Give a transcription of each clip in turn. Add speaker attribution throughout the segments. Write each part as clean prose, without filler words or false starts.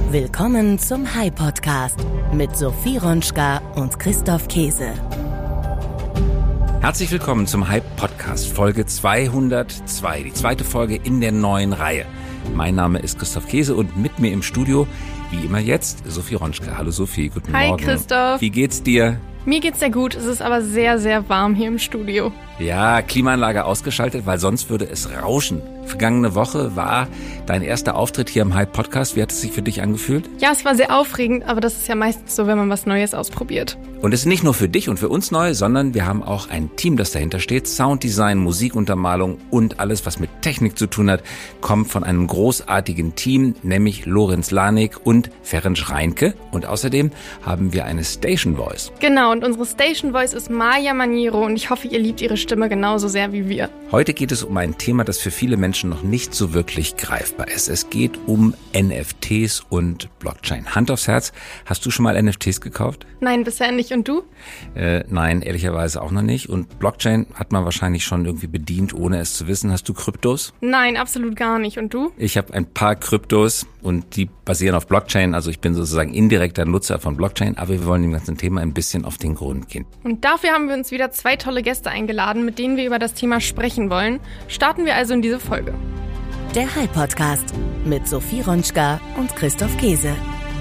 Speaker 1: Willkommen zum Hype-Podcast mit Sophie Ronschka und Christoph Käse.
Speaker 2: Herzlich willkommen zum Hype-Podcast, Folge 202, die zweite Folge in der neuen Reihe. Mein Name ist Christoph Käse und mit mir im Studio, wie immer jetzt, Sophie Ronschka. Hallo Sophie, guten Morgen.
Speaker 3: Hi Christoph.
Speaker 2: Wie geht's dir?
Speaker 3: Mir geht's sehr gut, es ist aber sehr, sehr warm hier im Studio.
Speaker 2: Ja, Klimaanlage ausgeschaltet, weil sonst würde es rauschen. Vergangene Woche war dein erster Auftritt hier im Hype-Podcast. Wie hat es sich für dich angefühlt?
Speaker 3: Ja, es war sehr aufregend, aber das ist ja meistens so, wenn man was Neues ausprobiert.
Speaker 2: Und es ist nicht nur für dich und für uns neu, sondern wir haben auch ein Team, das dahinter steht. Sounddesign, Musikuntermalung und alles, was mit Technik zu tun hat, kommt von einem großartigen Team, nämlich Lorenz Lanik und Ferenc Reinke. Und außerdem haben wir eine Station Voice.
Speaker 3: Genau, und unsere Station Voice ist Maya Maniero und ich hoffe, ihr liebt ihre Stimme genauso sehr wie wir.
Speaker 2: Heute geht es um ein Thema, das für viele Menschen noch nicht so wirklich greifbar ist. Es geht um NFTs und Blockchain. Hand aufs Herz, hast du schon mal NFTs gekauft?
Speaker 3: Nein, bisher nicht. Und du?
Speaker 2: Nein, ehrlicherweise auch noch nicht. Und Blockchain hat man wahrscheinlich schon irgendwie bedient, ohne es zu wissen. Hast du Kryptos?
Speaker 3: Nein, absolut gar nicht. Und du?
Speaker 2: Ich habe ein paar Kryptos und die basieren auf Blockchain. Also ich bin sozusagen indirekter Nutzer von Blockchain, aber wir wollen dem ganzen Thema ein bisschen auf den Grund gehen.
Speaker 3: Und dafür haben wir uns wieder zwei tolle Gäste eingeladen, mit denen wir über das Thema sprechen wollen. Starten wir also in diese Folge.
Speaker 1: Der Hype-Podcast mit Sophie Ronschka und Christoph Käse.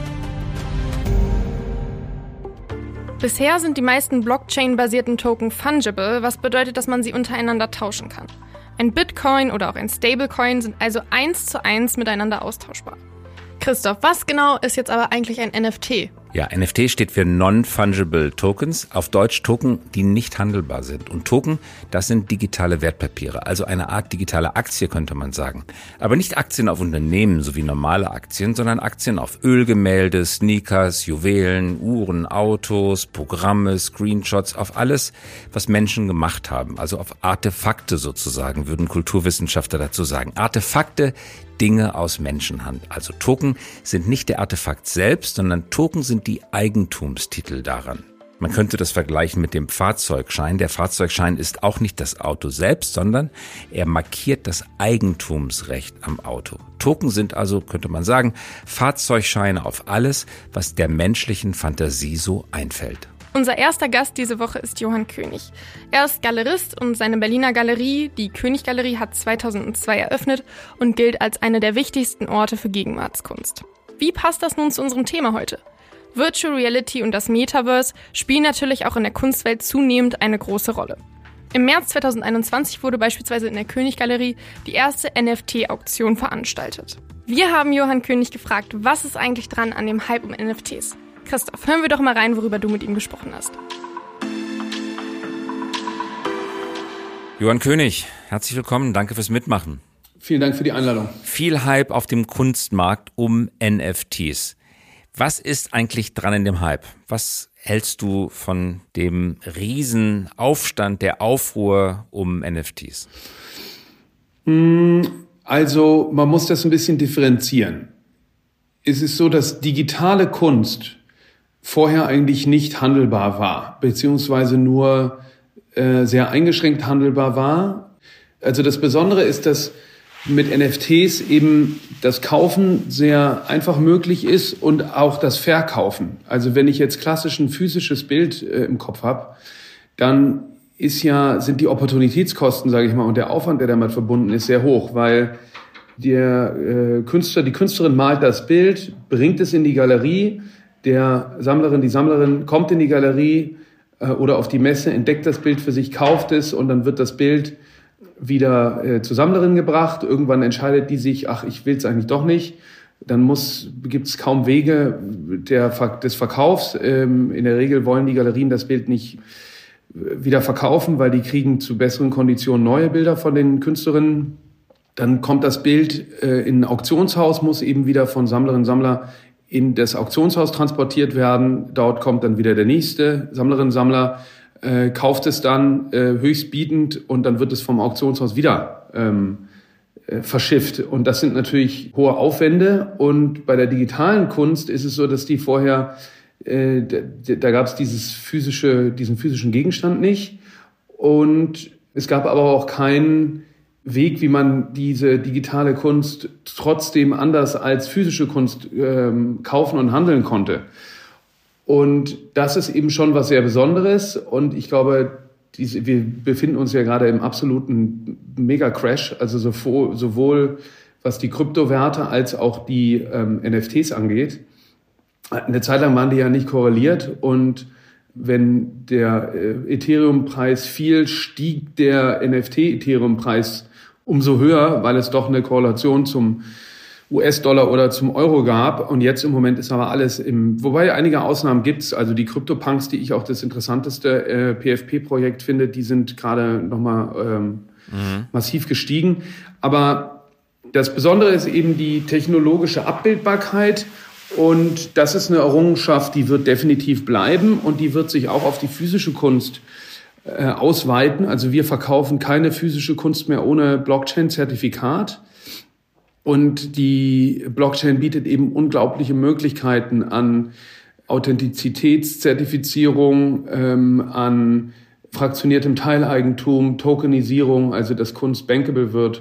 Speaker 3: Bisher sind die meisten Blockchain-basierten Token fungible, was bedeutet, dass man sie untereinander tauschen kann. Ein Bitcoin oder auch ein Stablecoin sind also 1:1 miteinander austauschbar. Christoph, was genau ist jetzt aber eigentlich ein NFT?
Speaker 2: Ja, NFT steht für Non-Fungible Tokens, auf Deutsch Token, die nicht handelbar sind. Und Token, das sind digitale Wertpapiere, also eine Art digitale Aktie, könnte man sagen. Aber nicht Aktien auf Unternehmen, so wie normale Aktien, sondern Aktien auf Ölgemälde, Sneakers, Juwelen, Uhren, Autos, Programme, Screenshots, auf alles, was Menschen gemacht haben. Also auf Artefakte sozusagen, würden Kulturwissenschaftler dazu sagen. Artefakte, Dinge aus Menschenhand. Also Token sind nicht der Artefakt selbst, sondern Token sind die Eigentumstitel daran. Man könnte das vergleichen mit dem Fahrzeugschein. Der Fahrzeugschein ist auch nicht das Auto selbst, sondern er markiert das Eigentumsrecht am Auto. Token sind also, könnte man sagen, Fahrzeugscheine auf alles, was der menschlichen Fantasie so einfällt.
Speaker 3: Unser erster Gast diese Woche ist Johann König. Er ist Galerist und seine Berliner Galerie, die König-Galerie, hat 2002 eröffnet und gilt als eine der wichtigsten Orte für Gegenwartskunst. Wie passt das nun zu unserem Thema heute? Virtual Reality und das Metaverse spielen natürlich auch in der Kunstwelt zunehmend eine große Rolle. Im März 2021 wurde beispielsweise in der König-Galerie die erste NFT-Auktion veranstaltet. Wir haben Johann König gefragt, was ist eigentlich dran an dem Hype um NFTs? Christoph, hören wir doch mal rein, worüber du mit ihm gesprochen hast.
Speaker 2: Johann König, herzlich willkommen, danke fürs Mitmachen.
Speaker 4: Vielen Dank für die Einladung.
Speaker 2: Viel Hype auf dem Kunstmarkt um NFTs. Was ist eigentlich dran in dem Hype? Was hältst du von dem Riesenaufstand, der Aufruhr um NFTs?
Speaker 4: Also man muss das ein bisschen differenzieren. Es ist so, dass digitale Kunst vorher eigentlich nicht handelbar war, beziehungsweise nur sehr eingeschränkt handelbar war. Also das Besondere ist, dass mit NFTs eben das Kaufen sehr einfach möglich ist und auch das Verkaufen. Also wenn ich jetzt klassisch ein physisches Bild im Kopf habe, dann sind die Opportunitätskosten, sage ich mal, und der Aufwand, der damit verbunden ist, sehr hoch, weil der Künstler, die Künstlerin malt das Bild, bringt es in die Galerie, der Sammlerin, die Sammlerin kommt in die Galerie oder auf die Messe, entdeckt das Bild für sich, kauft es und dann wird das Bild wieder zur Sammlerin gebracht. Irgendwann entscheidet die sich, ich will es eigentlich doch nicht. Dann gibt es kaum Wege des Verkaufs. In der Regel wollen die Galerien das Bild nicht wieder verkaufen, weil die kriegen zu besseren Konditionen neue Bilder von den Künstlerinnen. Dann kommt das Bild in ein Auktionshaus, muss eben wieder von Sammlerinnen und Sammler in das Auktionshaus transportiert werden. Dort kommt dann wieder der nächste Sammlerin und Sammler, kauft es dann höchstbietend und dann wird es vom Auktionshaus wieder verschifft. Und das sind natürlich hohe Aufwände. Und bei der digitalen Kunst ist es so, dass die vorher, da gab es diesen physischen Gegenstand nicht. Und es gab aber auch keinen Weg, wie man diese digitale Kunst trotzdem anders als physische Kunst kaufen und handeln konnte. Und das ist eben schon was sehr Besonderes. Und ich glaube, wir befinden uns ja gerade im absoluten Mega-Crash, also sowohl was die Kryptowerte als auch die NFTs angeht. Eine Zeit lang waren die ja nicht korreliert und wenn der Ethereum-Preis fiel, stieg der NFT-Ethereum-Preis umso höher, weil es doch eine Korrelation zum US-Dollar oder zum Euro gab. Und jetzt im Moment ist aber alles wobei einige Ausnahmen gibt's. Also die CryptoPunks, die ich auch das interessanteste PFP-Projekt finde, die sind gerade nochmal massiv gestiegen. Aber das Besondere ist eben die technologische Abbildbarkeit. Und das ist eine Errungenschaft, die wird definitiv bleiben und die wird sich auch auf die physische Kunst ausweiten. Also wir verkaufen keine physische Kunst mehr ohne Blockchain-Zertifikat. Und die Blockchain bietet eben unglaubliche Möglichkeiten an Authentizitätszertifizierung, an fraktioniertem Teileigentum, Tokenisierung, also dass Kunst bankable wird.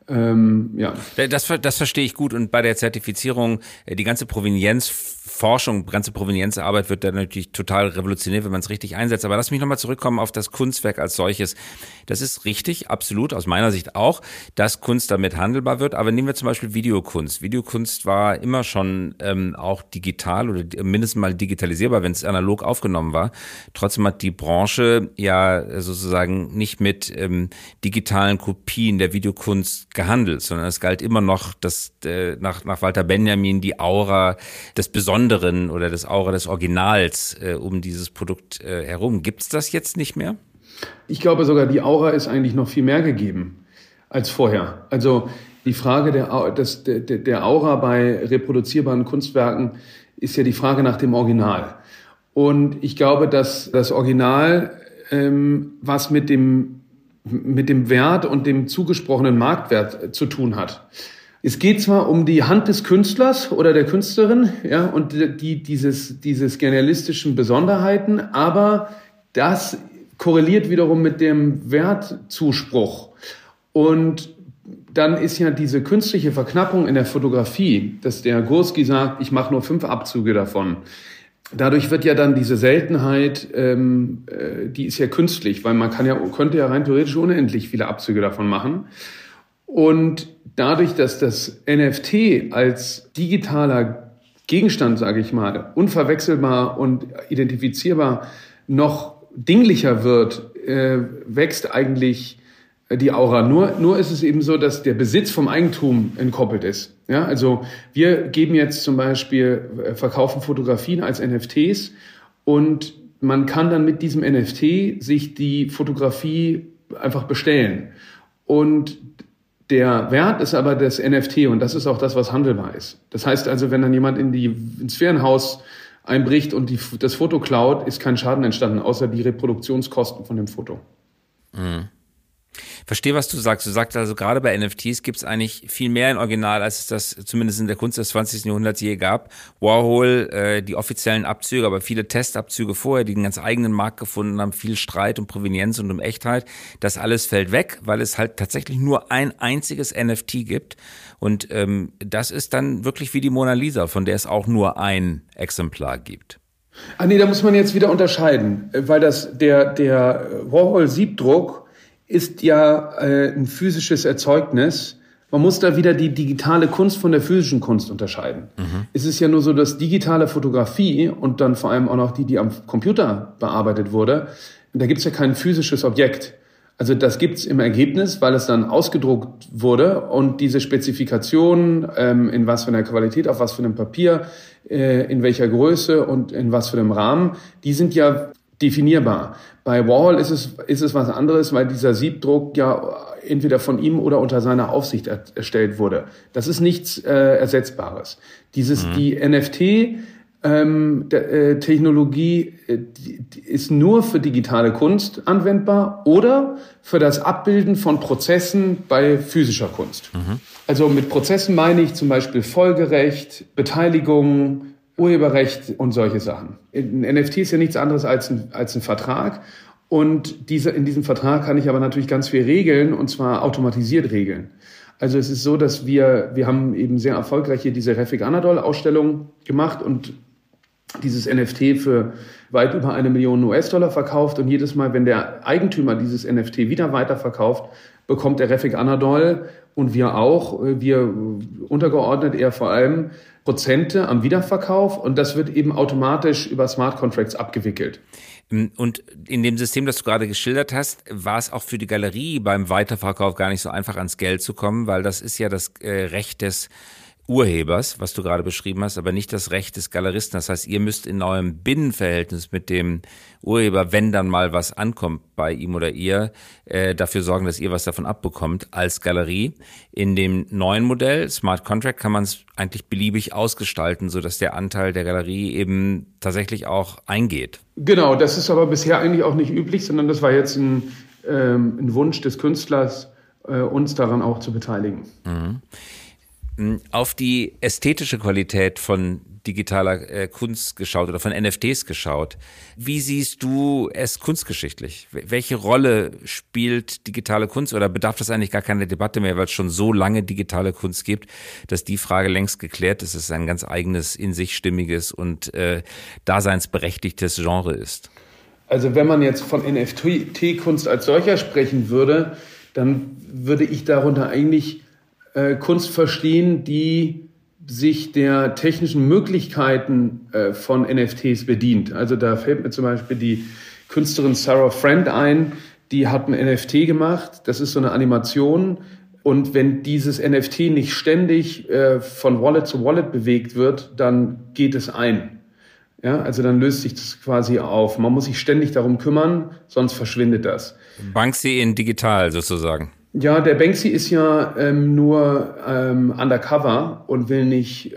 Speaker 4: Ja.
Speaker 2: Das verstehe ich gut. Und bei der Zertifizierung, die ganze Provenienzforschung, ganze Provenienzarbeit wird dann natürlich total revolutionär, wenn man es richtig einsetzt. Aber lass mich nochmal zurückkommen auf das Kunstwerk als solches. Das ist richtig, absolut, aus meiner Sicht auch, dass Kunst damit handelbar wird. Aber nehmen wir zum Beispiel Videokunst. Videokunst war immer schon auch digital oder mindestens mal digitalisierbar, wenn es analog aufgenommen war. Trotzdem hat die Branche ja sozusagen nicht mit digitalen Kopien der Videokunst gehandelt, sondern es galt immer noch nach Walter Benjamin die Aura des Besonderen oder das Aura des Originals um dieses Produkt herum. Gibt's das jetzt nicht mehr?
Speaker 4: Ich glaube sogar, die Aura ist eigentlich noch viel mehr gegeben als vorher. Also die Frage der Aura bei reproduzierbaren Kunstwerken ist ja die Frage nach dem Original. Und ich glaube, dass das Original was mit dem Wert und dem zugesprochenen Marktwert zu tun hat. Es geht zwar um die Hand des Künstlers oder der Künstlerin, ja, und dieses genialistischen Besonderheiten, aber das korreliert wiederum mit dem Wertzuspruch. Und dann ist ja diese künstliche Verknappung in der Fotografie, dass der Gursky sagt, ich mache nur 5 Abzüge davon. Dadurch wird ja dann diese Seltenheit, die ist ja künstlich, weil man könnte ja rein theoretisch unendlich viele Abzüge davon machen. Und dadurch, dass das NFT als digitaler Gegenstand, sage ich mal, unverwechselbar und identifizierbar noch dinglicher wird, wächst eigentlich die Aura. Nur ist es eben so, dass der Besitz vom Eigentum entkoppelt ist. Ja, also wir geben jetzt zum Beispiel, verkaufen Fotografien als NFTs und man kann dann mit diesem NFT sich die Fotografie einfach bestellen. Und der Wert ist aber das NFT und das ist auch das, was handelbar ist. Das heißt also, wenn dann jemand ins Ferienhaus einbricht und das Foto klaut, ist kein Schaden entstanden, außer die Reproduktionskosten von dem Foto.
Speaker 2: Mhm. Verstehe, was du sagst. Du sagst also, gerade bei NFTs gibt es eigentlich viel mehr in Original, als es das zumindest in der Kunst des 20. Jahrhunderts je gab. Warhol, die offiziellen Abzüge, aber viele Testabzüge vorher, die einen ganz eigenen Markt gefunden haben, viel Streit um Provenienz und um Echtheit. Das alles fällt weg, weil es halt tatsächlich nur ein einziges NFT gibt. Und das ist dann wirklich wie die Mona Lisa, von der es auch nur ein Exemplar gibt.
Speaker 4: Ah nee, da muss man jetzt wieder unterscheiden, weil der Warhol-Siebdruck ist ja ein physisches Erzeugnis. Man muss da wieder die digitale Kunst von der physischen Kunst unterscheiden. Mhm. Es ist ja nur so, dass digitale Fotografie und dann vor allem auch noch die am Computer bearbeitet wurde, da gibt's ja kein physisches Objekt. Also das gibt's im Ergebnis, weil es dann ausgedruckt wurde und diese Spezifikation, in was für einer Qualität, auf was für einem Papier, in welcher Größe und in was für einem Rahmen, die sind ja definierbar. Bei Warhol ist es was anderes, weil dieser Siebdruck ja entweder von ihm oder unter seiner Aufsicht erstellt wurde. Das ist nichts Ersetzbares. Die NFT-Technologie ist nur für digitale Kunst anwendbar oder für das Abbilden von Prozessen bei physischer Kunst. Mhm. Also mit Prozessen meine ich zum Beispiel Folgerecht, Beteiligung, Urheberrecht und solche Sachen. Ein NFT ist ja nichts anderes als ein Vertrag Und in diesem Vertrag kann ich aber natürlich ganz viel regeln, und zwar automatisiert regeln. Also es ist so, dass wir haben eben sehr erfolgreich hier diese Refik Anadol-Ausstellung gemacht und dieses NFT für weit über 1 Million US-Dollar verkauft. Und jedes Mal, wenn der Eigentümer dieses NFT wieder weiterverkauft, bekommt der Refik Anadol und wir auch, wir untergeordnet eher vor allem Prozente am Wiederverkauf. Und das wird eben automatisch über Smart Contracts abgewickelt.
Speaker 2: Und in dem System, das du gerade geschildert hast, war es auch für die Galerie beim Weiterverkauf gar nicht so einfach ans Geld zu kommen, weil das ist ja das Recht des Urhebers, was du gerade beschrieben hast, aber nicht das Recht des Galeristen. Das heißt, ihr müsst in eurem Binnenverhältnis mit dem Urheber, wenn dann mal was ankommt bei ihm oder ihr, dafür sorgen, dass ihr was davon abbekommt als Galerie. In dem neuen Modell, Smart Contract, kann man es eigentlich beliebig ausgestalten, sodass der Anteil der Galerie eben tatsächlich auch eingeht.
Speaker 4: Genau, das ist aber bisher eigentlich auch nicht üblich, sondern das war jetzt ein Wunsch des Künstlers, uns daran auch zu beteiligen.
Speaker 2: Mhm. Auf die ästhetische Qualität von digitaler Kunst geschaut oder von NFTs geschaut. Wie siehst du es kunstgeschichtlich? Welche Rolle spielt digitale Kunst oder bedarf das eigentlich gar keine Debatte mehr, weil es schon so lange digitale Kunst gibt, dass die Frage längst geklärt ist, dass es ein ganz eigenes, in sich stimmiges und daseinsberechtigtes Genre ist?
Speaker 4: Also wenn man jetzt von NFT-Kunst als solcher sprechen würde, dann würde ich darunter eigentlich Kunst verstehen, die sich der technischen Möglichkeiten von NFTs bedient. Also da fällt mir zum Beispiel die Künstlerin Sarah Friend ein, die hat ein NFT gemacht, das ist so eine Animation, und wenn dieses NFT nicht ständig von Wallet zu Wallet bewegt wird, dann geht es ein. Ja, also dann löst sich das quasi auf. Man muss sich ständig darum kümmern, sonst verschwindet das.
Speaker 2: Banksy in digital sozusagen.
Speaker 4: Ja, der Banksy ist ja nur undercover und will nicht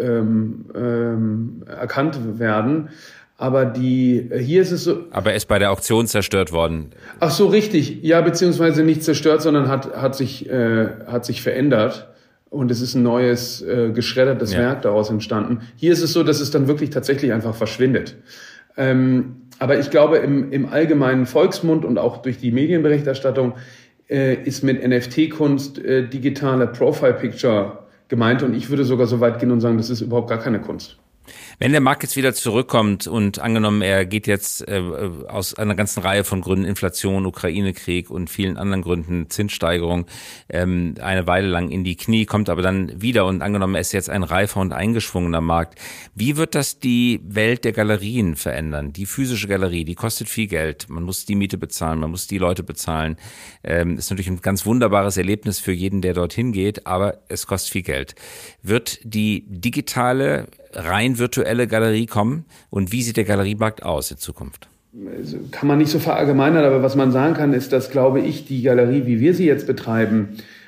Speaker 4: erkannt werden. Aber hier ist es so.
Speaker 2: Aber er ist bei der Auktion zerstört worden.
Speaker 4: Ach so, richtig. Ja, beziehungsweise nicht zerstört, sondern hat sich verändert. Und es ist ein neues, geschreddertes Werk daraus entstanden. Hier ist es so, dass es dann wirklich tatsächlich einfach verschwindet. Aber ich glaube, im allgemeinen Volksmund und auch durch die Medienberichterstattung ist mit NFT-Kunst digitale Profile-Picture gemeint. Und ich würde sogar so weit gehen und sagen, das ist überhaupt gar keine Kunst.
Speaker 2: Wenn der Markt jetzt wieder zurückkommt und angenommen, er geht jetzt aus einer ganzen Reihe von Gründen, Inflation, Ukraine-Krieg und vielen anderen Gründen, Zinssteigerung, eine Weile lang in die Knie, kommt aber dann wieder und angenommen, er ist jetzt ein reifer und eingeschwungener Markt. Wie wird das die Welt der Galerien verändern? Die physische Galerie, die kostet viel Geld. Man muss die Miete bezahlen, man muss die Leute bezahlen. Ist natürlich ein ganz wunderbares Erlebnis für jeden, der dorthin geht, aber es kostet viel Geld. Wird die digitale, rein virtuelle Galerie kommen? Und wie sieht der Galeriemarkt aus in Zukunft?
Speaker 4: Also kann man nicht so verallgemeinern, aber was man sagen kann, ist, dass, glaube ich, die Galerie, wie wir sie jetzt betreiben,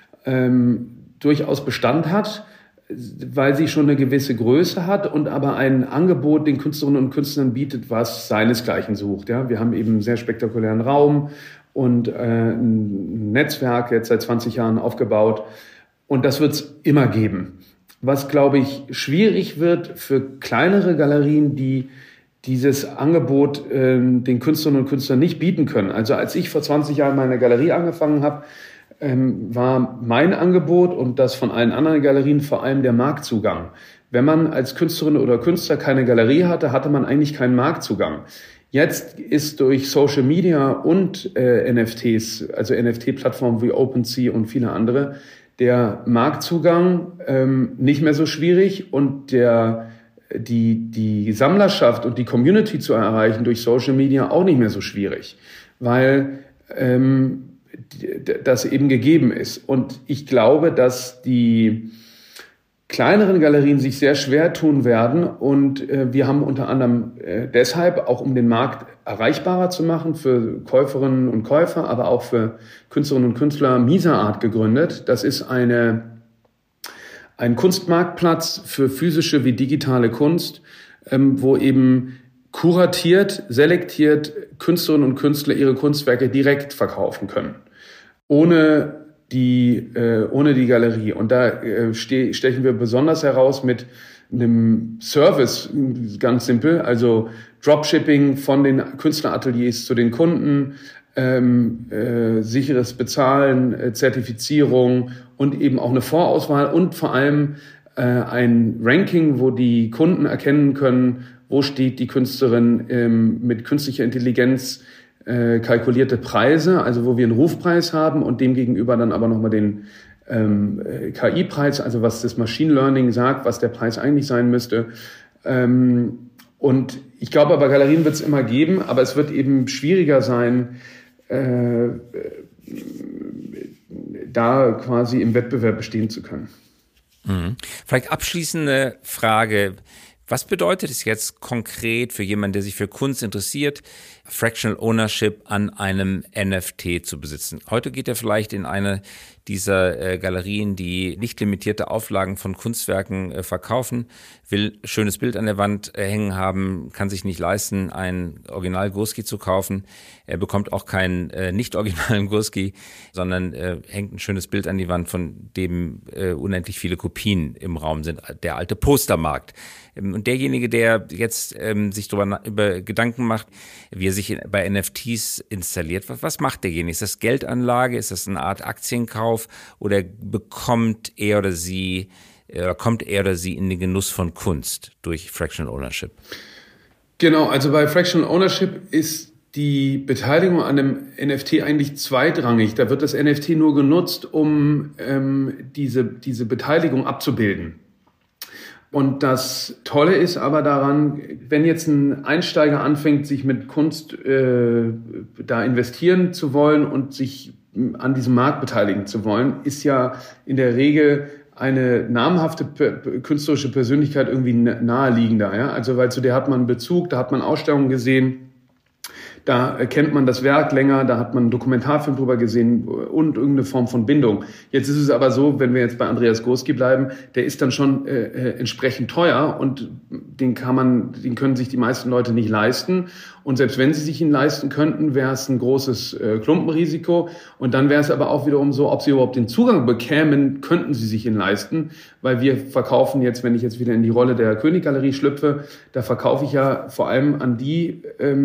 Speaker 4: durchaus Bestand hat, weil sie schon eine gewisse Größe hat und aber ein Angebot den Künstlerinnen und Künstlern bietet, was seinesgleichen sucht. Ja, wir haben eben einen sehr spektakulären Raum und ein Netzwerk jetzt seit 20 Jahren aufgebaut. Und das wird es immer geben. Was, glaube ich, schwierig wird für kleinere Galerien, die dieses Angebot den Künstlerinnen und Künstlern nicht bieten können. Also als ich vor 20 Jahren meine Galerie angefangen habe, war mein Angebot und das von allen anderen Galerien vor allem der Marktzugang. Wenn man als Künstlerin oder Künstler keine Galerie hatte, hatte man eigentlich keinen Marktzugang. Jetzt ist durch Social Media und NFTs, also NFT-Plattformen wie OpenSea und viele andere, der Marktzugang nicht mehr so schwierig und die Sammlerschaft und die Community zu erreichen durch Social Media auch nicht mehr so schwierig, weil das eben gegeben ist. Und ich glaube, dass die kleineren Galerien sich sehr schwer tun werden und wir haben unter anderem deshalb, auch um den Markt erreichbarer zu machen für Käuferinnen und Käufer, aber auch für Künstlerinnen und Künstler, Misa Art gegründet. Das ist ein Kunstmarktplatz für physische wie digitale Kunst, wo eben kuratiert, selektiert Künstlerinnen und Künstler ihre Kunstwerke direkt verkaufen können, ohne die Galerie. Und da stechen wir besonders heraus mit einem Service, ganz simpel, also Dropshipping von den Künstlerateliers zu den Kunden, sicheres Bezahlen, Zertifizierung und eben auch eine Vorauswahl und vor allem ein Ranking, wo die Kunden erkennen können, wo steht die Künstlerin mit künstlicher Intelligenz kalkulierte Preise, also wo wir einen Rufpreis haben und dem gegenüber dann aber nochmal den KI-Preis, also was das Machine Learning sagt, was der Preis eigentlich sein müsste. Und ich glaube, bei Galerien wird es immer geben, aber es wird eben schwieriger sein, da quasi im Wettbewerb bestehen zu können.
Speaker 2: Mhm. Vielleicht abschließende Frage. Was bedeutet es jetzt konkret für jemanden, der sich für Kunst interessiert, Fractional Ownership an einem NFT zu besitzen? Heute geht er vielleicht in eine dieser Galerien, die nicht limitierte Auflagen von Kunstwerken verkaufen, will ein schönes Bild an der Wand hängen haben, kann sich nicht leisten, einen Original Gursky zu kaufen. Er bekommt auch keinen nicht originalen Gursky, sondern hängt ein schönes Bild an die Wand, von dem unendlich viele Kopien im Raum sind, der alte Postermarkt. Und derjenige, der jetzt sich über Gedanken macht, wie er sich bei NFTs installiert, was macht derjenige? Ist das Geldanlage? Ist das eine Art Aktienkauf? Oder kommt er oder sie in den Genuss von Kunst durch Fractional Ownership?
Speaker 4: Genau, also bei Fractional Ownership ist die Beteiligung an einem NFT eigentlich zweitrangig. Da wird das NFT nur genutzt, um diese Beteiligung abzubilden. Und das Tolle ist aber daran, wenn jetzt ein Einsteiger anfängt, sich mit Kunst da investieren zu wollen und sich an diesem Markt beteiligen zu wollen, ist ja in der Regel eine namhafte künstlerische Persönlichkeit irgendwie naheliegender. Ja? Also weil zu der hat man einen Bezug, da hat man Ausstellungen gesehen, da kennt man das Werk länger, da hat man einen Dokumentarfilm drüber gesehen und irgendeine Form von Bindung. Jetzt ist es aber so, wenn wir jetzt bei Andreas Gursky bleiben, der ist dann schon entsprechend teuer und den können sich die meisten Leute nicht leisten. Und selbst wenn sie sich ihn leisten könnten, wäre es ein großes Klumpenrisiko. Und dann wäre es aber auch wiederum so, ob sie überhaupt den Zugang bekämen, könnten sie sich ihn leisten. Weil wir verkaufen jetzt, wenn ich jetzt wieder in die Rolle der Königgalerie schlüpfe, da verkaufe ich ja vor allem an die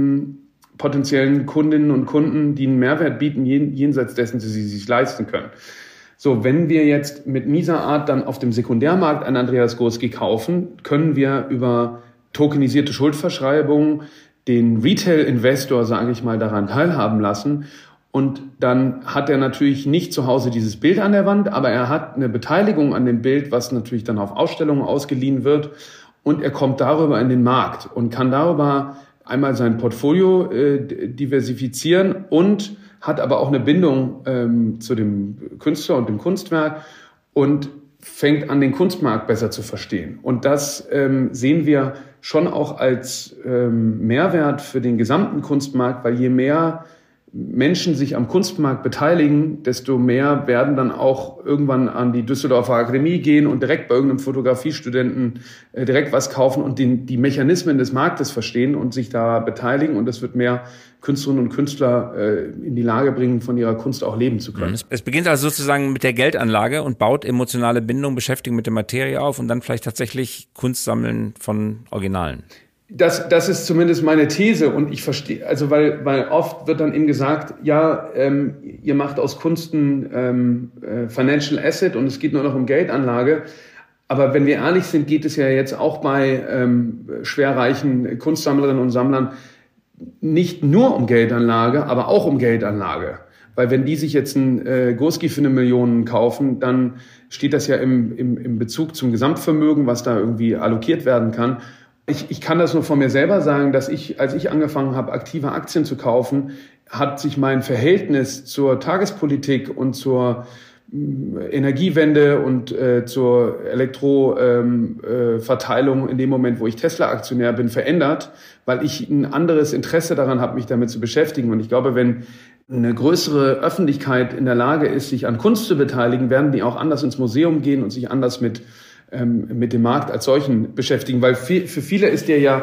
Speaker 4: potenziellen Kundinnen und Kunden, die einen Mehrwert bieten, jenseits dessen, sie sich leisten können. So, wenn wir jetzt mit Misa Art dann auf dem Sekundärmarkt einen Andreas Gursky kaufen, können wir über tokenisierte Schuldverschreibungen den Retail-Investor, sage ich mal, daran teilhaben lassen. Und dann hat er natürlich nicht zu Hause dieses Bild an der Wand, aber er hat eine Beteiligung an dem Bild, was natürlich dann auf Ausstellungen ausgeliehen wird. Und er kommt darüber in den Markt und kann darüber einmal sein Portfolio diversifizieren und hat aber auch eine Bindung zu dem Künstler und dem Kunstwerk und fängt an, den Kunstmarkt besser zu verstehen. Und das sehen wir schon auch als Mehrwert für den gesamten Kunstmarkt, weil je mehr Menschen sich am Kunstmarkt beteiligen, desto mehr werden dann auch irgendwann an die Düsseldorfer Akademie gehen und direkt bei irgendeinem Fotografiestudenten direkt was kaufen und die Mechanismen des Marktes verstehen und sich da beteiligen. Und das wird mehr Künstlerinnen und Künstler in die Lage bringen, von ihrer Kunst auch leben zu können.
Speaker 2: Es beginnt also sozusagen mit der Geldanlage und baut emotionale Bindung, Beschäftigung mit der Materie auf und dann vielleicht tatsächlich Kunst sammeln von Originalen.
Speaker 4: Das ist zumindest meine These und ich verstehe, also weil oft wird dann eben gesagt, ja, ihr macht aus Kunst ein Financial Asset und es geht nur noch um Geldanlage. Aber wenn wir ehrlich sind, geht es ja jetzt auch bei schwerreichen Kunstsammlerinnen und Sammlern nicht nur um Geldanlage, aber auch um Geldanlage. Weil wenn die sich jetzt einen Gursky für 1 Million kaufen, dann steht das ja im Bezug zum Gesamtvermögen, was da irgendwie allokiert werden kann. Ich kann das nur von mir selber sagen, dass als ich angefangen habe, aktive Aktien zu kaufen, hat sich mein Verhältnis zur Tagespolitik und zur Energiewende und zur Elektroverteilung in dem Moment, wo ich Tesla-Aktionär bin, verändert, weil ich ein anderes Interesse daran habe, mich damit zu beschäftigen. Und ich glaube, wenn eine größere Öffentlichkeit in der Lage ist, sich an Kunst zu beteiligen, werden die auch anders ins Museum gehen und sich anders mit dem Markt als solchen beschäftigen, weil für viele ist der ja,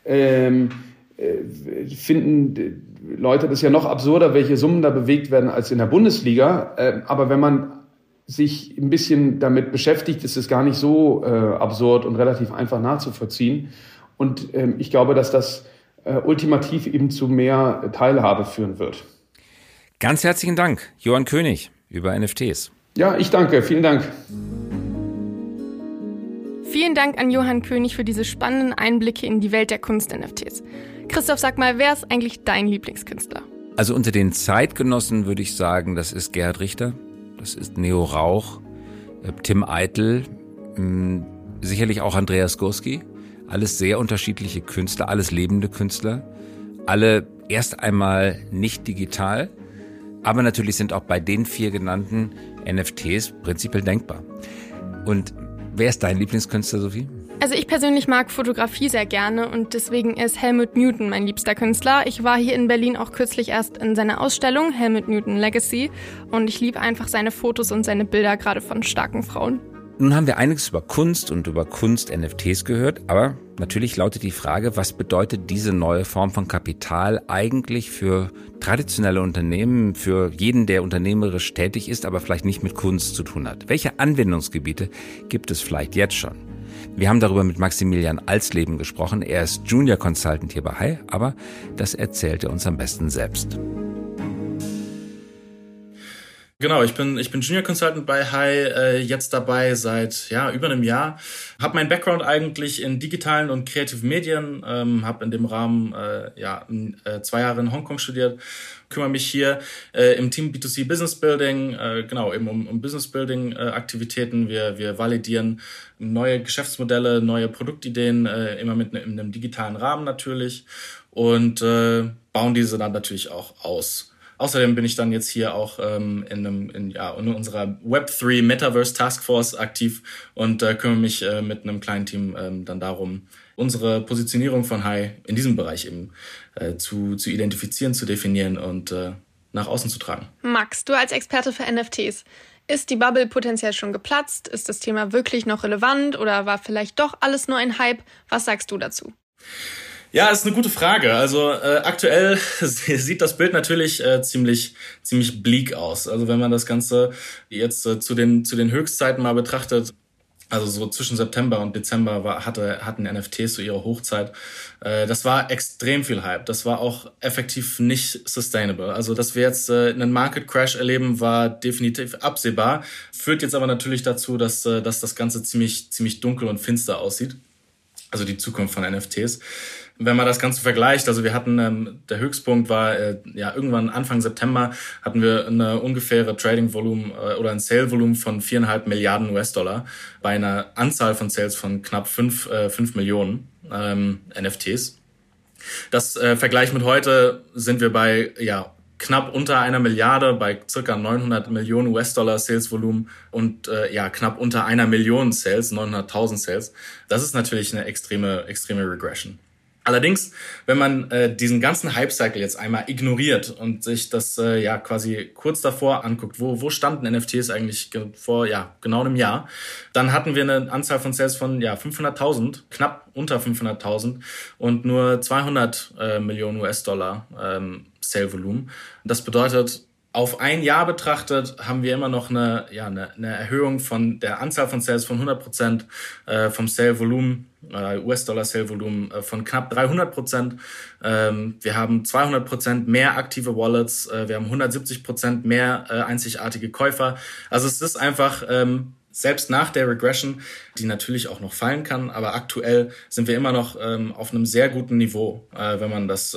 Speaker 4: finden Leute das ja noch absurder, welche Summen da bewegt werden als in der Bundesliga, aber wenn man sich ein bisschen damit beschäftigt, ist es gar nicht so absurd und relativ einfach nachzuvollziehen und ich glaube, dass das ultimativ eben zu mehr Teilhabe führen wird.
Speaker 2: Ganz herzlichen Dank, Johann König, über NFTs.
Speaker 4: Ja, ich danke. Vielen Dank.
Speaker 3: Vielen Dank an Johann König für diese spannenden Einblicke in die Welt der Kunst-NFTs. Christoph, sag mal, wer ist eigentlich dein Lieblingskünstler?
Speaker 2: Also unter den Zeitgenossen würde ich sagen, das ist Gerhard Richter, das ist Neo Rauch, Tim Eitel, sicherlich auch Andreas Gursky. Alles sehr unterschiedliche Künstler, alles lebende Künstler. Alle erst einmal nicht digital, aber natürlich sind auch bei den 4 genannten NFTs prinzipiell denkbar. Und wer ist dein Lieblingskünstler, Sophie?
Speaker 3: Also ich persönlich mag Fotografie sehr gerne und deswegen ist Helmut Newton mein liebster Künstler. Ich war hier in Berlin auch kürzlich erst in seiner Ausstellung Helmut Newton Legacy und ich liebe einfach seine Fotos und seine Bilder, gerade von starken Frauen.
Speaker 2: Nun haben wir einiges über Kunst und über Kunst-NFTs gehört, aber natürlich lautet die Frage, was bedeutet diese neue Form von Kapital eigentlich für traditionelle Unternehmen, für jeden, der unternehmerisch tätig ist, aber vielleicht nicht mit Kunst zu tun hat? Welche Anwendungsgebiete gibt es vielleicht jetzt schon? Wir haben darüber mit Maximilian Alsleben gesprochen. Er ist Junior Consultant hier bei Hai, aber das erzählt er uns am besten selbst.
Speaker 5: Genau, ich bin Junior Consultant bei Hai, jetzt dabei seit über einem Jahr. Habe meinen Background eigentlich in digitalen und kreativen Medien, habe in dem Rahmen 2 Jahre in Hongkong studiert, kümmere mich hier im Team B2C Business Building, eben um Business Building Aktivitäten. Wir validieren neue Geschäftsmodelle, neue Produktideen, immer in einem digitalen Rahmen natürlich und bauen diese dann natürlich auch aus. Außerdem bin ich dann jetzt hier auch in unserer Web3 Metaverse Taskforce aktiv und kümmere mich mit einem kleinen Team dann darum, unsere Positionierung von Hai in diesem Bereich eben zu identifizieren, zu definieren und nach außen zu tragen.
Speaker 3: Max, du als Experte für NFTs, ist die Bubble potenziell schon geplatzt? Ist das Thema wirklich noch relevant oder war vielleicht doch alles nur ein Hype? Was sagst du dazu?
Speaker 5: Ja, ist eine gute Frage. Also aktuell sieht das Bild natürlich ziemlich bleak aus. Also wenn man das Ganze jetzt zu den Höchstzeiten mal betrachtet, also so zwischen September und Dezember hatten NFTs so ihre Hochzeit. Das war extrem viel Hype. Das war auch effektiv nicht sustainable. Also dass wir jetzt einen Market Crash erleben, war definitiv absehbar. Führt jetzt aber natürlich dazu, dass das Ganze ziemlich dunkel und finster aussieht. Also die Zukunft von NFTs. Wenn man das Ganze vergleicht, also wir hatten, der Höchstpunkt war irgendwann Anfang September hatten wir eine ungefähre Trading-Volumen oder ein Sale-Volumen von 4,5 Milliarden US-Dollar bei einer Anzahl von Sales von knapp 5 Millionen NFTs. Das Vergleich mit heute sind wir bei knapp unter 1 Milliarde, bei circa 900 Millionen US-Dollar Sales-Volumen und knapp unter 1 Million Sales, 900.000 Sales. Das ist natürlich eine extreme Regression. Allerdings, wenn man diesen ganzen Hype-Cycle jetzt einmal ignoriert und sich das quasi kurz davor anguckt, wo standen NFTs eigentlich vor genau einem Jahr, dann hatten wir eine Anzahl von Sales von 500.000, knapp unter 500.000 und nur 200 Millionen US-Dollar Sale-Volumen. Das bedeutet, auf ein Jahr betrachtet haben wir immer noch eine Erhöhung von der Anzahl von Sales von 100%, vom Sale-Volumen, US-Dollar-Sale-Volumen von knapp 300%. Wir haben 200% mehr aktive Wallets, wir haben 170% mehr einzigartige Käufer. Also es ist einfach selbst nach der Regression, die natürlich auch noch fallen kann, aber aktuell sind wir immer noch auf einem sehr guten Niveau, wenn man das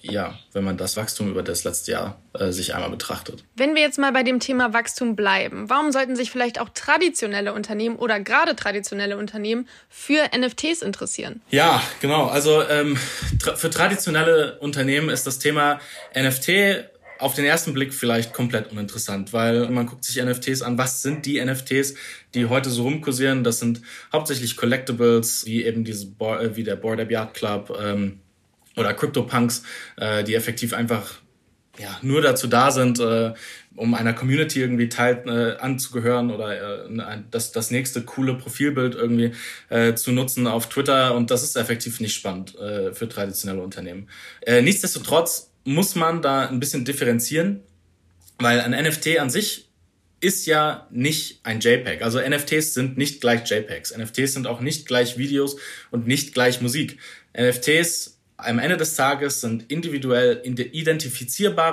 Speaker 5: Wachstum über das letzte Jahr sich einmal betrachtet.
Speaker 3: Wenn wir jetzt mal bei dem Thema Wachstum bleiben, warum sollten sich vielleicht auch traditionelle Unternehmen oder gerade traditionelle Unternehmen für NFTs interessieren?
Speaker 5: Ja, genau. Also für traditionelle Unternehmen ist das Thema NFT auf den ersten Blick vielleicht komplett uninteressant, weil man guckt sich NFTs an. Was sind die NFTs, die heute so rumkursieren? Das sind hauptsächlich Collectibles, wie eben wie der Bored Ape Yacht Club oder CryptoPunks, die effektiv einfach nur dazu da sind, um einer Community irgendwie anzugehören oder das nächste coole Profilbild irgendwie zu nutzen auf Twitter. Und das ist effektiv nicht spannend für traditionelle Unternehmen. Nichtsdestotrotz muss man da ein bisschen differenzieren, weil ein NFT an sich ist ja nicht ein JPEG. Also NFTs sind nicht gleich JPEGs. NFTs sind auch nicht gleich Videos und nicht gleich Musik. NFTs am Ende des Tages sind individuell identifizierbare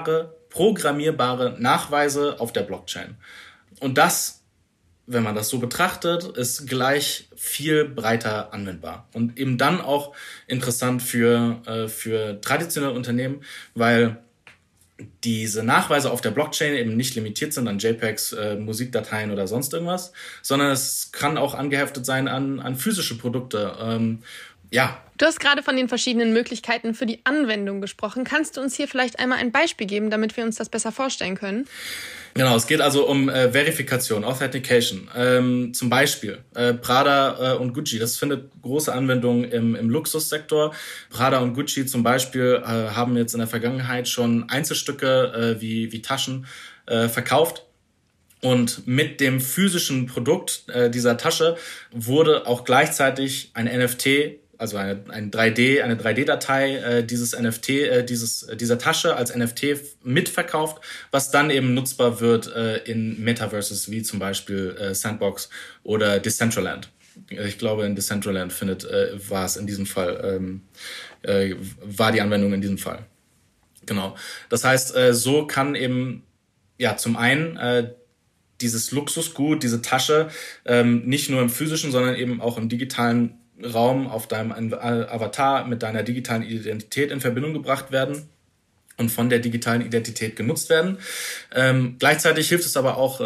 Speaker 5: programmierbare Nachweise auf der Blockchain. Und das, wenn man das so betrachtet, ist gleich viel breiter anwendbar. Und eben dann auch interessant für traditionelle Unternehmen, weil diese Nachweise auf der Blockchain eben nicht limitiert sind an JPEGs, Musikdateien oder sonst irgendwas, sondern es kann auch angeheftet sein an physische Produkte.
Speaker 3: Du hast gerade von den verschiedenen Möglichkeiten für die Anwendung gesprochen. Kannst du uns hier vielleicht einmal ein Beispiel geben, damit wir uns das besser vorstellen können?
Speaker 5: Genau, es geht also um Verifikation, Authentication. Zum Beispiel Prada und Gucci, das findet große Anwendung im Luxussektor. Prada und Gucci zum Beispiel haben jetzt in der Vergangenheit schon Einzelstücke wie Taschen verkauft. Und mit dem physischen Produkt dieser Tasche wurde auch gleichzeitig ein NFT, also eine 3D-Datei dieses NFT, dieser Tasche als NFT mitverkauft, was dann eben nutzbar wird in Metaverses wie zum Beispiel Sandbox oder Decentraland. Ich glaube, in Decentraland war es in diesem Fall, war die Anwendung in diesem Fall. Genau. Das heißt, so kann eben zum einen dieses Luxusgut, diese Tasche, nicht nur im physischen, sondern eben auch im digitalen Raum auf deinem Avatar mit deiner digitalen Identität in Verbindung gebracht werden und von der digitalen Identität genutzt werden. Gleichzeitig hilft es aber auch,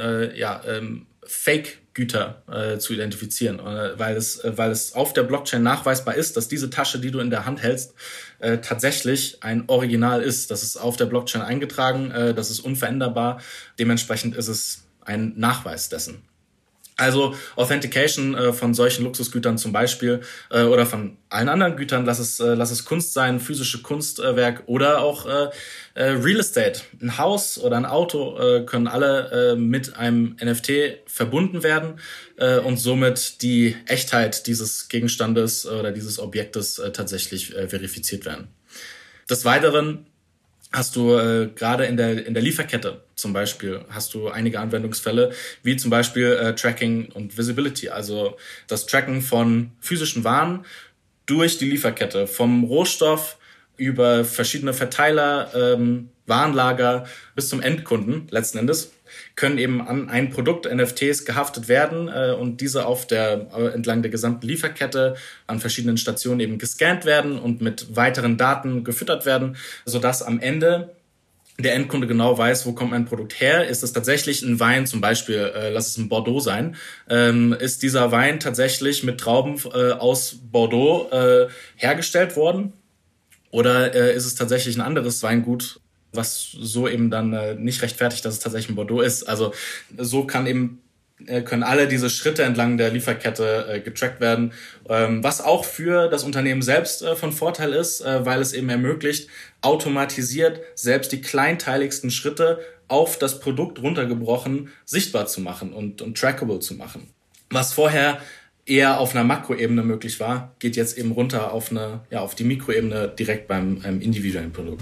Speaker 5: Fake-Güter zu identifizieren, weil es auf der Blockchain nachweisbar ist, dass diese Tasche, die du in der Hand hältst, tatsächlich ein Original ist. Das ist auf der Blockchain eingetragen, das ist unveränderbar. Dementsprechend ist es ein Nachweis dessen. Also Authentication von solchen Luxusgütern zum Beispiel oder von allen anderen Gütern, lass es Kunst sein, physische Kunstwerk oder auch Real Estate. Ein Haus oder ein Auto können alle mit einem NFT verbunden werden und somit die Echtheit dieses Gegenstandes oder dieses Objektes tatsächlich verifiziert werden. Des Weiteren hast du gerade in der Lieferkette zum Beispiel hast du einige Anwendungsfälle, wie zum Beispiel Tracking und Visibility, also das Tracken von physischen Waren durch die Lieferkette, vom Rohstoff über verschiedene Verteiler, Warenlager bis zum Endkunden letzten Endes, können eben an ein Produkt NFTs gehaftet werden und diese entlang der gesamten Lieferkette an verschiedenen Stationen eben gescannt werden und mit weiteren Daten gefüttert werden, sodass am Ende der Endkunde genau weiß, wo kommt mein Produkt her. Ist es tatsächlich ein Wein, zum Beispiel, lass es ein Bordeaux sein, ist dieser Wein tatsächlich mit Trauben aus Bordeaux hergestellt worden? Oder ist es tatsächlich ein anderes Weingut, was so eben dann nicht rechtfertigt, dass es tatsächlich ein Bordeaux ist? Also so können alle diese Schritte entlang der Lieferkette getrackt werden, was auch für das Unternehmen selbst von Vorteil ist, weil es eben ermöglicht, automatisiert selbst die kleinteiligsten Schritte auf das Produkt runtergebrochen sichtbar zu machen und trackable zu machen. Was vorher eher auf einer Makroebene möglich war, geht jetzt eben runter auf die Mikroebene direkt beim individuellen Produkt.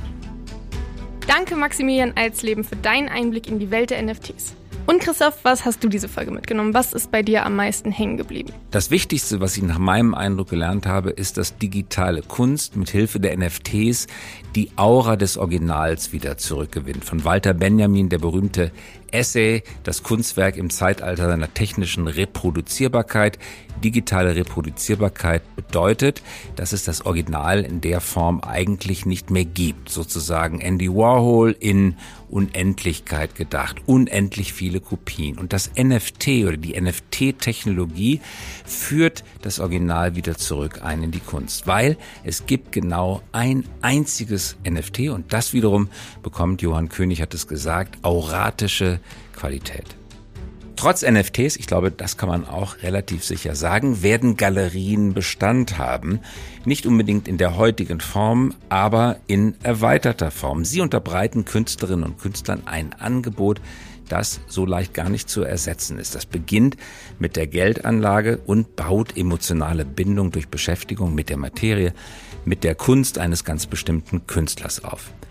Speaker 3: Danke Maximilian Alsleben für deinen Einblick in die Welt der NFTs. Und Christoph, was hast du diese Folge mitgenommen? Was ist bei dir am meisten hängen geblieben?
Speaker 2: Das Wichtigste, was ich nach meinem Eindruck gelernt habe, ist, dass digitale Kunst mit Hilfe der NFTs die Aura des Originals wieder zurückgewinnt. Von Walter Benjamin, der berühmte Essay, das Kunstwerk im Zeitalter seiner technischen Reproduzierbarkeit. Digitale Reproduzierbarkeit bedeutet, dass es das Original in der Form eigentlich nicht mehr gibt. Sozusagen Andy Warhol in Unendlichkeit gedacht. Unendlich viele Kopien. Und das NFT oder die NFT-Technologie führt das Original wieder zurück in die Kunst. Weil es gibt genau ein einziges NFT und das wiederum bekommt, Johann König hat es gesagt, auratische Qualität. Trotz NFTs, ich glaube, das kann man auch relativ sicher sagen, werden Galerien Bestand haben. Nicht unbedingt in der heutigen Form, aber in erweiterter Form. Sie unterbreiten Künstlerinnen und Künstlern ein Angebot, das so leicht gar nicht zu ersetzen ist. Das beginnt mit der Geldanlage und baut emotionale Bindung durch Beschäftigung mit der Materie, mit der Kunst eines ganz bestimmten Künstlers auf.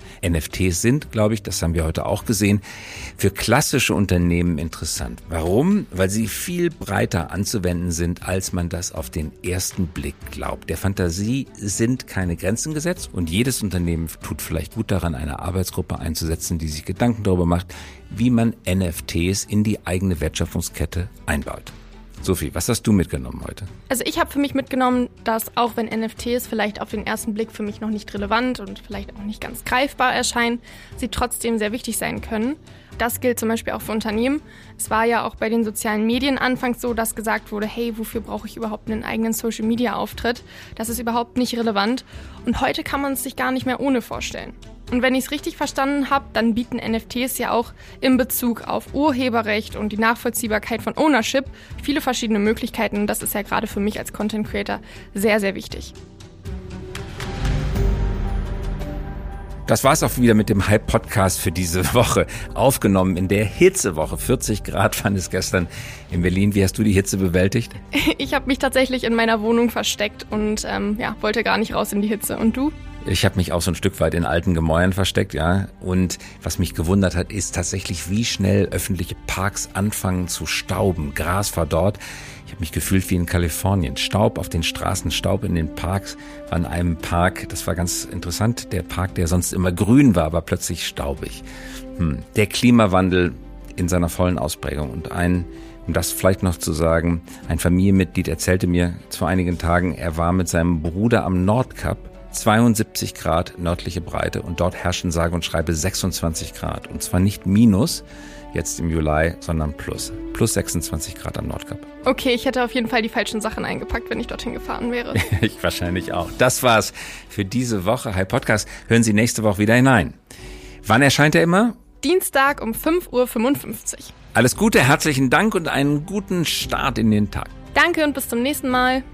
Speaker 2: NFTs sind, glaube ich, das haben wir heute auch gesehen, für klassische Unternehmen interessant. Warum? Weil sie viel breiter anzuwenden sind, als man das auf den ersten Blick glaubt. Der Fantasie sind keine Grenzen gesetzt und jedes Unternehmen tut vielleicht gut daran, eine Arbeitsgruppe einzusetzen, die sich Gedanken darüber macht, wie man NFTs in die eigene Wertschöpfungskette einbaut. Sophie, was hast du mitgenommen heute?
Speaker 3: Also ich habe für mich mitgenommen, dass auch wenn NFTs vielleicht auf den ersten Blick für mich noch nicht relevant und vielleicht auch nicht ganz greifbar erscheinen, sie trotzdem sehr wichtig sein können. Das gilt zum Beispiel auch für Unternehmen. Es war ja auch bei den sozialen Medien anfangs so, dass gesagt wurde, hey, wofür brauche ich überhaupt einen eigenen Social-Media-Auftritt? Das ist überhaupt nicht relevant. Und heute kann man es sich gar nicht mehr ohne vorstellen. Und wenn ich es richtig verstanden habe, dann bieten NFTs ja auch in Bezug auf Urheberrecht und die Nachvollziehbarkeit von Ownership viele verschiedene Möglichkeiten. Das ist ja gerade für mich als Content Creator sehr, sehr wichtig.
Speaker 2: Das war's auch wieder mit dem Hype-Podcast für diese Woche. Aufgenommen in der Hitzewoche. 40 Grad fand es gestern in Berlin. Wie hast du die Hitze bewältigt?
Speaker 3: Ich habe mich tatsächlich in meiner Wohnung versteckt und wollte gar nicht raus in die Hitze. Und du?
Speaker 2: Ich habe mich auch so ein Stück weit in alten Gemäuern versteckt, ja. Und was mich gewundert hat, ist tatsächlich, wie schnell öffentliche Parks anfangen zu stauben. Gras verdorrt. Ich habe mich gefühlt wie in Kalifornien. Staub auf den Straßen, Staub in den Parks. War in einem Park, das war ganz interessant, der Park, der sonst immer grün war, war plötzlich staubig. Der Klimawandel in seiner vollen Ausprägung. Und um das vielleicht noch zu sagen, ein Familienmitglied erzählte mir vor einigen Tagen, er war mit seinem Bruder am Nordkap, 72 Grad nördliche Breite und dort herrschen sage und schreibe 26 Grad. Und zwar nicht minus jetzt im Juli, sondern plus 26 Grad am Nordkap.
Speaker 3: Okay, ich hätte auf jeden Fall die falschen Sachen eingepackt, wenn ich dorthin gefahren wäre.
Speaker 2: Ich wahrscheinlich auch. Das war's für diese Woche. Hype Podcast. Hören Sie nächste Woche wieder hinein. Wann erscheint er immer?
Speaker 3: Dienstag um 5:55 Uhr.
Speaker 2: Alles Gute, herzlichen Dank und einen guten Start in den Tag.
Speaker 3: Danke und bis zum nächsten Mal.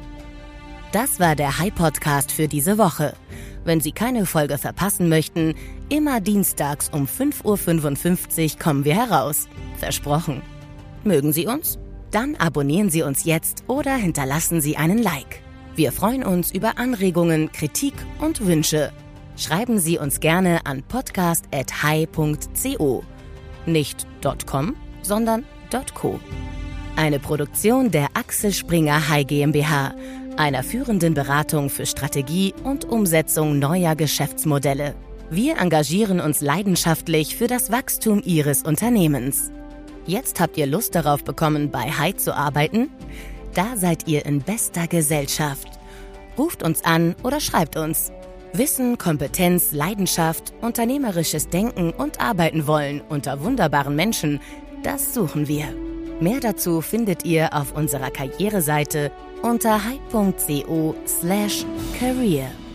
Speaker 1: Das war der Hype-Podcast für diese Woche. Wenn Sie keine Folge verpassen möchten, immer dienstags um 5:55 Uhr kommen wir heraus. Versprochen. Mögen Sie uns? Dann abonnieren Sie uns jetzt oder hinterlassen Sie einen Like. Wir freuen uns über Anregungen, Kritik und Wünsche. Schreiben Sie uns gerne an podcast@hi.co. Nicht .com, sondern .co. Eine Produktion der Axel Springer High GmbH, einer führenden Beratung für Strategie und Umsetzung neuer Geschäftsmodelle. Wir engagieren uns leidenschaftlich für das Wachstum Ihres Unternehmens. Jetzt habt ihr Lust darauf bekommen, bei Hi zu arbeiten? Da seid ihr in bester Gesellschaft. Ruft uns an oder schreibt uns. Wissen, Kompetenz, Leidenschaft, unternehmerisches Denken und Arbeiten wollen unter wunderbaren Menschen, das suchen wir. Mehr dazu findet ihr auf unserer Karriereseite unter hi.co/career.